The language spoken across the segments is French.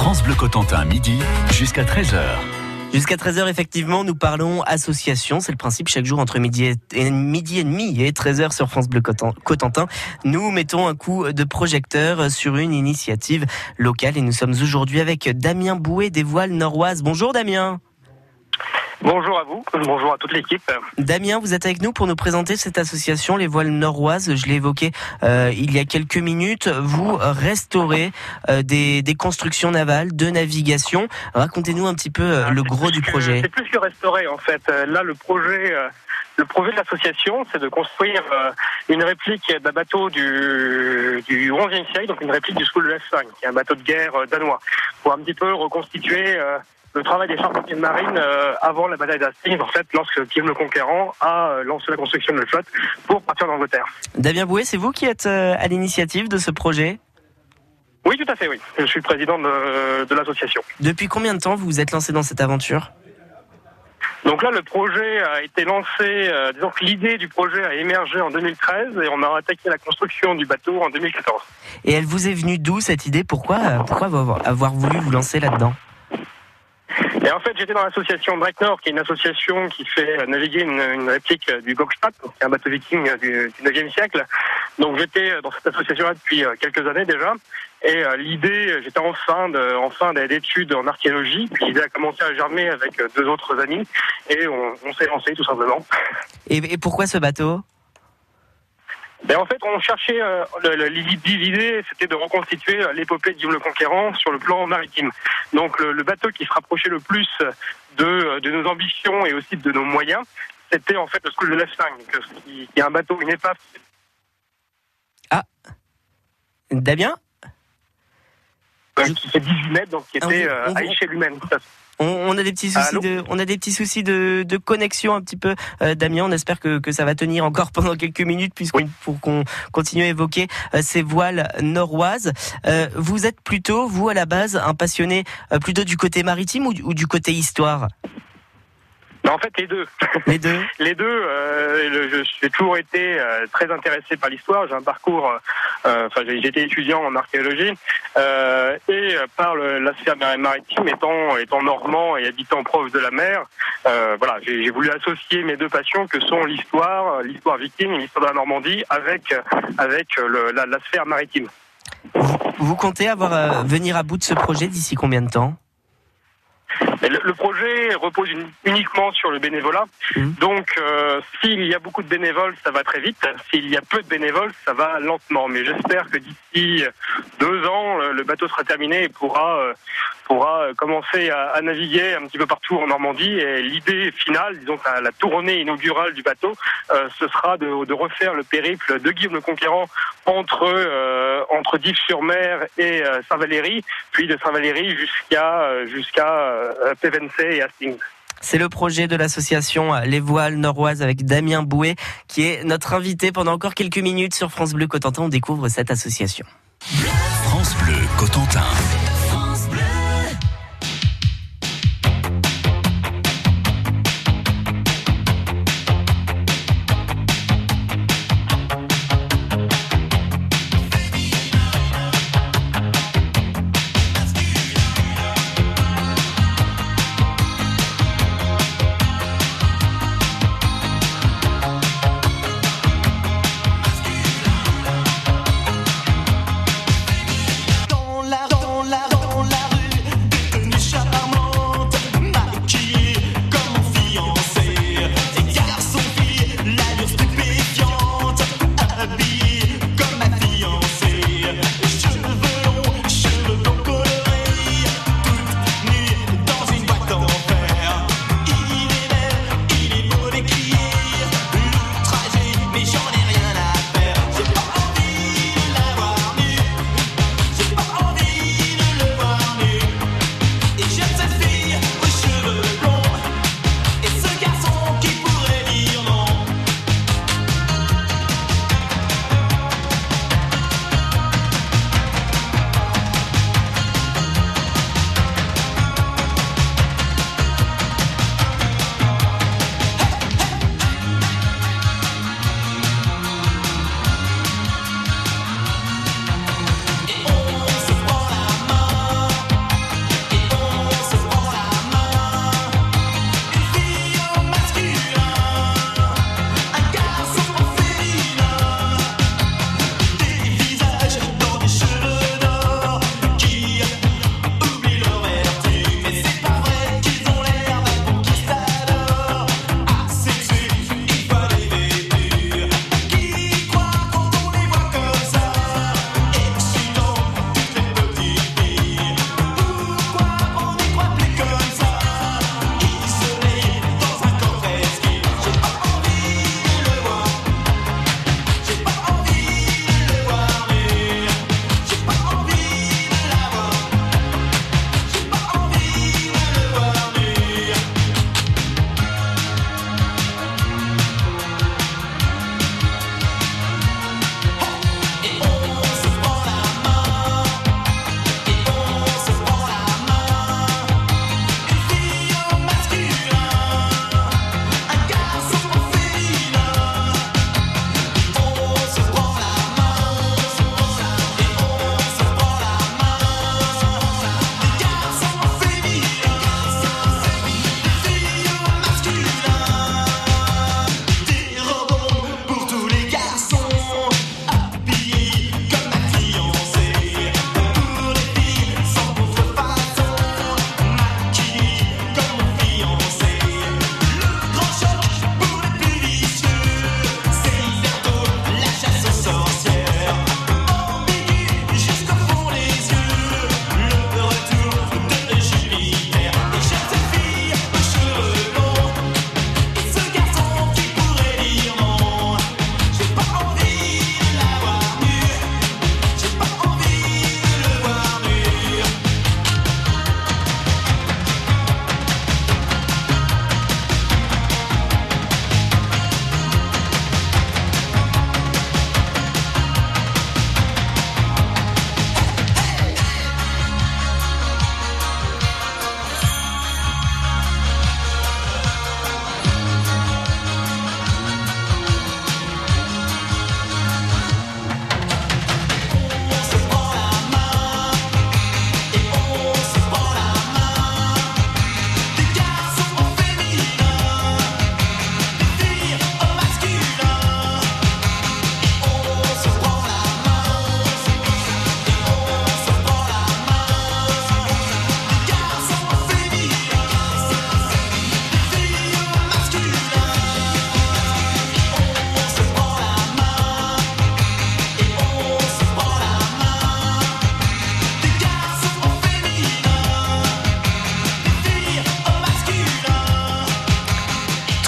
France Bleu Cotentin, midi jusqu'à 13h. Jusqu'à 13h, effectivement, nous parlons association. C'est le principe, chaque jour entre midi et demi et 13h sur France Bleu Cotentin. Nous mettons un coup de projecteur sur une initiative locale et nous sommes aujourd'hui avec Damien Bouet des Voiles Noroises. Bonjour Damien. Bonjour à vous, bonjour à toute l'équipe. Damien, vous êtes avec nous pour nous présenter cette association, les Voiles Noroises. Je l'ai évoqué il y a quelques minutes. Vous restaurez des constructions navales de navigation. Racontez-nous un petit peu le gros du projet. C'est plus que restaurer en fait. Là, le projet de l'association, c'est de construire une réplique d'un bateau du XIe siècle, donc une réplique du Skull F5, qui est un bateau de guerre danois, pour un petit peu reconstituer le travail des charpentiers de marine avant la bataille d'Hastings, en fait, lorsque Guillaume le Conquérant a lancé la construction de la flotte pour partir d'Angleterre. Damien Bouet, c'est vous qui êtes à l'initiative de ce projet ? Oui, tout à fait, oui. Je suis le président de l'association. Depuis combien de temps vous vous êtes lancé dans cette aventure ? Donc là, le projet a été lancé, disons que l'idée du projet a émergé en 2013 et on a attaqué la construction du bateau en 2014. Et elle vous est venue d'où cette idée ? Pourquoi avoir voulu vous lancer là-dedans ? Et en fait, j'étais dans l'association Breaknor, qui est une association qui fait naviguer une réplique du Gokstad, qui est un bateau viking du 9e siècle. Donc j'étais dans cette association-là depuis quelques années déjà. Et l'idée, j'étais en fin d'études en archéologie, puis l'idée a commencé à germer avec deux autres amis, et on s'est lancé tout simplement. Et pourquoi ce bateau ? Ben en fait, on cherchait l'idée, c'était de reconstituer l'épopée de Guillaume le Conquérant sur le plan maritime. Donc le bateau qui se rapprochait le plus de nos ambitions et aussi de nos moyens, c'était en fait le Skull de F5, qui est un bateau, une épave. Ah, Damien ? Qui fait 18 mètres, donc qui était à échelle humaine. On a des petits soucis de connexion un petit peu, Damien. On espère que ça va tenir encore pendant quelques minutes pour qu'on continue à évoquer ces voiles noroises. Vous êtes plutôt, vous à la base, un passionné plutôt du côté maritime ou du côté histoire ? En fait, les deux. Les deux. Les deux. J'ai toujours été très intéressé par l'histoire. J'ai un parcours. J'ai été étudiant en archéologie et par la sphère maritime, étant normand et habitant proche de la mer. Voilà, j'ai voulu associer mes deux passions que sont l'histoire viking et l'histoire de la Normandie avec la sphère maritime. Vous comptez venir à bout de ce projet d'ici combien de temps ? Le projet repose uniquement sur le bénévolat. Donc, s'il y a beaucoup de bénévoles, ça va très vite. S'il y a peu de bénévoles, ça va lentement. Mais j'espère que d'ici 2 ans, le bateau sera terminé et pourra commencer à naviguer un petit peu partout en Normandie. Et l'idée finale, disons la tournée inaugurale du bateau, ce sera de refaire le périple de Guillaume le Conquérant entre Dives-sur-Mer et Saint-Valery, puis de Saint-Valery jusqu'à Pevensey et Hastings. C'est le projet de l'association Les Voiles Noroises avec Damien Bouet qui est notre invité pendant encore quelques minutes sur France Bleu Cotentin. On découvre cette association. France Bleu Cotentin.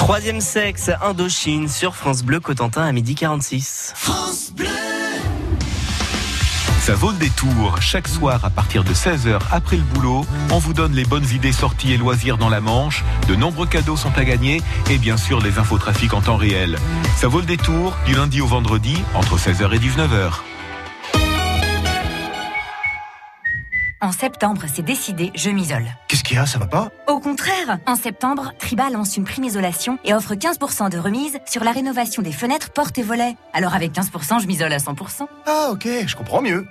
Troisième sexe, Indochine sur France Bleu Cotentin à 12h46. France Bleu. Ça vaut le détour. Chaque soir, à partir de 16h après le boulot, on vous donne les bonnes idées sorties et loisirs dans la Manche. De nombreux cadeaux sont à gagner et bien sûr les infotrafics en temps réel. Ça vaut le détour du lundi au vendredi entre 16h et 19h. En septembre, c'est décidé, je m'isole. Qu'est-ce qu'il y a, ça va pas ? Au contraire, en septembre, Triba lance une prime isolation et offre 15% de remise sur la rénovation des fenêtres, portes et volets. Alors avec 15%, je m'isole à 100%. Ah ok, je comprends mieux.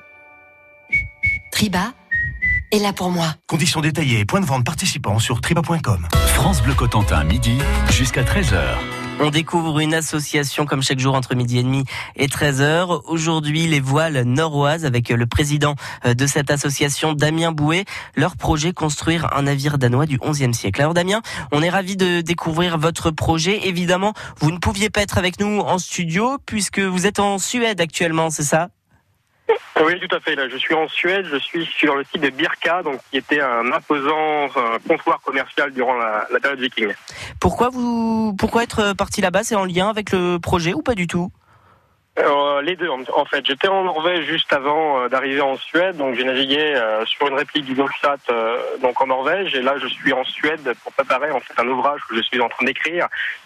Triba est là pour moi. Conditions détaillées et points de vente participants sur triba.com. France Bleu Cotentin, midi jusqu'à 13h. On découvre une association comme chaque jour entre midi et demi et 13h. Aujourd'hui, les voiles noroises avec le président de cette association, Damien Bouet. Leur projet, construire un navire danois du XIe siècle. Alors Damien, on est ravis de découvrir votre projet. Évidemment, vous ne pouviez pas être avec nous en studio puisque vous êtes en Suède actuellement, c'est ça ? Oui, tout à fait. Là, je suis en Suède. Je suis sur le site de Birka, donc qui était un imposant comptoir commercial durant la période viking. Pourquoi être parti là-bas ? C'est en lien avec le projet ou pas du tout ? Les deux, en fait. J'étais en Norvège juste avant d'arriver en Suède, donc j'ai navigué sur une réplique du Golfsat donc en Norvège, et là je suis en Suède pour préparer en fait un ouvrage que je suis en train d'écrire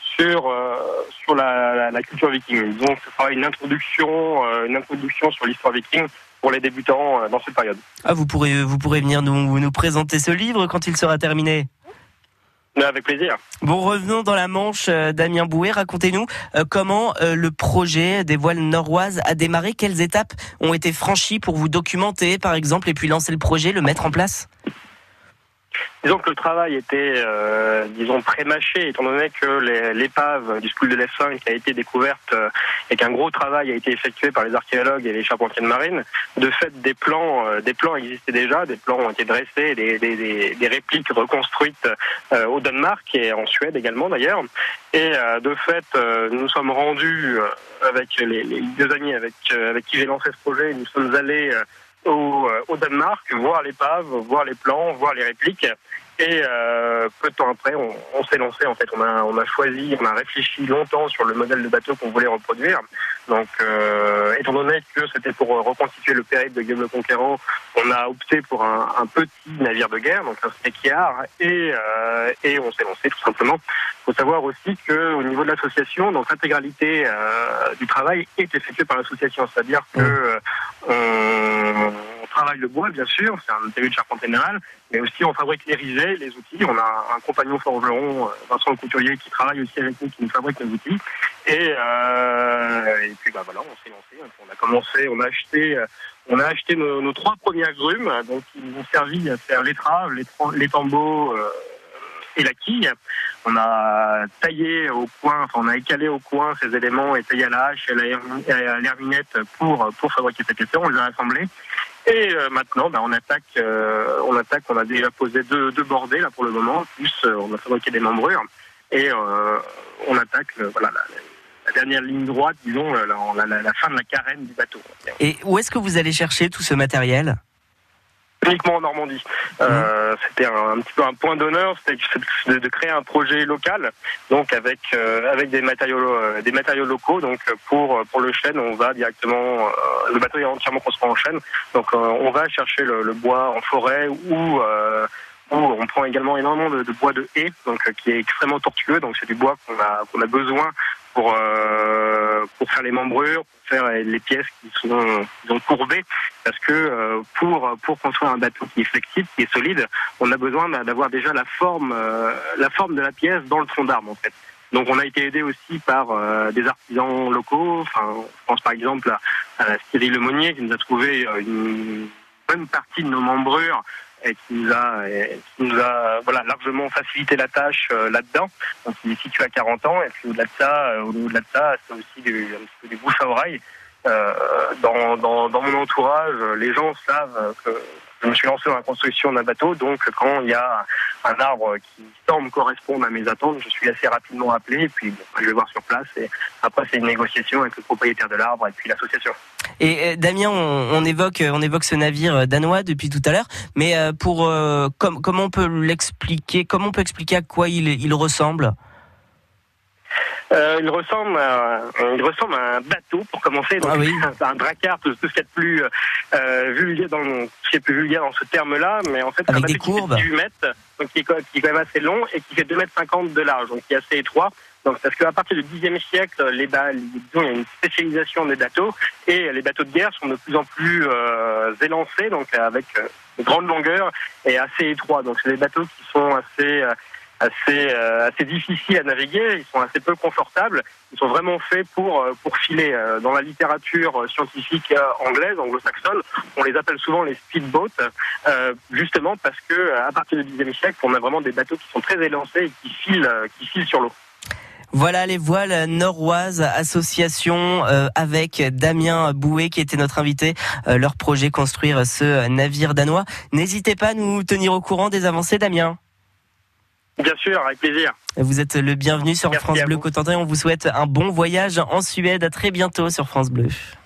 sur la culture viking. Donc ce sera une introduction sur l'histoire viking pour les débutants dans cette période. Ah, vous pourrez venir nous présenter ce livre quand il sera terminé. Mais avec plaisir. Bon, revenons dans la Manche, Damien Bouet, racontez-nous comment le projet des voiles noroises a démarré, quelles étapes ont été franchies pour vous documenter par exemple et puis lancer le projet, le mettre en place ? Disons que le travail était, pré-mâché, étant donné que l'épave du Skull de l'F5 a été découverte et qu'un gros travail a été effectué par les archéologues et les charpentiers de marine. De fait, des plans existaient déjà, des plans ont été dressés, des répliques reconstruites au Danemark et en Suède également d'ailleurs. Et de fait, nous sommes rendus avec les deux amis avec qui j'ai lancé ce projet, nous sommes allés au Danemark, voir l'épave, voir les plans, voir les répliques. Et peu de temps après, on s'est lancé. En fait, on a réfléchi longtemps sur le modèle de bateau qu'on voulait reproduire. Donc, étant donné que c'était pour reconstituer le périple de Guillaume le Conquérant, on a opté pour un petit navire de guerre, donc un snekiar, et on s'est lancé tout simplement. Il faut savoir aussi qu'au niveau de l'association, donc l'intégralité du travail est effectuée par l'association, c'est-à-dire que on travaille le bois, bien sûr, c'est un atelier de charpente générale, mais aussi on fabrique les risets, les outils. On a un compagnon forgeron, Vincent le Couturier, qui travaille aussi avec nous, qui nous fabrique les outils. Et puis voilà, on s'est lancé. On a acheté nos 3 premiers agrumes, donc qui nous ont servi à faire l'étrave, les tambours et la quille. On a taillé au coin, on a écalé au coin ces éléments et taillé à la hache et à l'herminette pour fabriquer cette pièce. On les a assemblés. Et maintenant, on attaque. On a déjà posé deux bordées là pour le moment. Plus, on a fabriqué des membrures et on attaque. La dernière ligne droite, disons, la fin de la carène du bateau. Et où est-ce que vous allez chercher tout ce matériel ? Uniquement en Normandie. C'était un petit peu un point d'honneur, c'était de créer un projet local, donc avec des matériaux locaux. Donc pour le chêne, on va directement. Le bateau est entièrement construit en chêne, donc on va chercher le bois en forêt où on prend également énormément de bois de haie, donc qui est extrêmement tortueux. Donc c'est du bois qu'on a besoin pour faire les membrures, pour faire les pièces qui sont courbées, parce que pour construire un bateau qui est flexible, qui est solide, on a besoin d'avoir déjà la forme de la pièce dans le tronc d'arbre en fait. Donc on a été aidé aussi par des artisans locaux. Enfin, je pense par exemple à Cyril Lemonnier qui nous a trouvé une bonne partie de nos membrures et qui nous a largement facilité la tâche là-dedans. Donc il est situé à 40 ans et puis au-delà de ça, c'est aussi un petit peu des bouches à oreille. Dans mon entourage, les gens savent que je me suis lancé dans la construction d'un bateau, donc quand il y a un arbre qui semble correspondre à mes attentes, je suis assez rapidement appelé, et puis je vais voir sur place, et après c'est une négociation avec le propriétaire de l'arbre et puis l'association. Et Damien, on évoque ce navire danois depuis tout à l'heure, mais comment on peut l'expliquer, comment on peut expliquer à quoi il ressemble ? Il ressemble à un bateau pour commencer. Donc, c'est un dracard, tout ce qu'il y a de plus vulgaire dans ce terme-là, mais en fait, avec c'est un des courbes, qui fait 18 mètres, donc qui est quand même assez long et qui fait 2,50 m de large, donc qui est assez étroit. Donc, parce qu'à partir du Xe siècle, il y a une spécialisation des bateaux et les bateaux de guerre sont de plus en plus élancés, donc avec de grandes longueurs et assez étroits. Donc, c'est des bateaux qui sont assez difficiles à naviguer, ils sont assez peu confortables, ils sont vraiment faits pour filer. Dans la littérature scientifique anglo-saxonne, on les appelle souvent les speedboats, justement parce que à partir du Xe siècle, on a vraiment des bateaux qui sont très élancés et qui filent sur l'eau. Voilà les voiles norroises, association avec Damien Bouet qui était notre invité. Leur projet, construire ce navire danois. N'hésitez pas à nous tenir au courant des avancées, Damien. Bien sûr, avec plaisir. Vous êtes le bienvenu sur France Bleu Cotentin. On vous souhaite un bon voyage en Suède. À très bientôt sur France Bleu.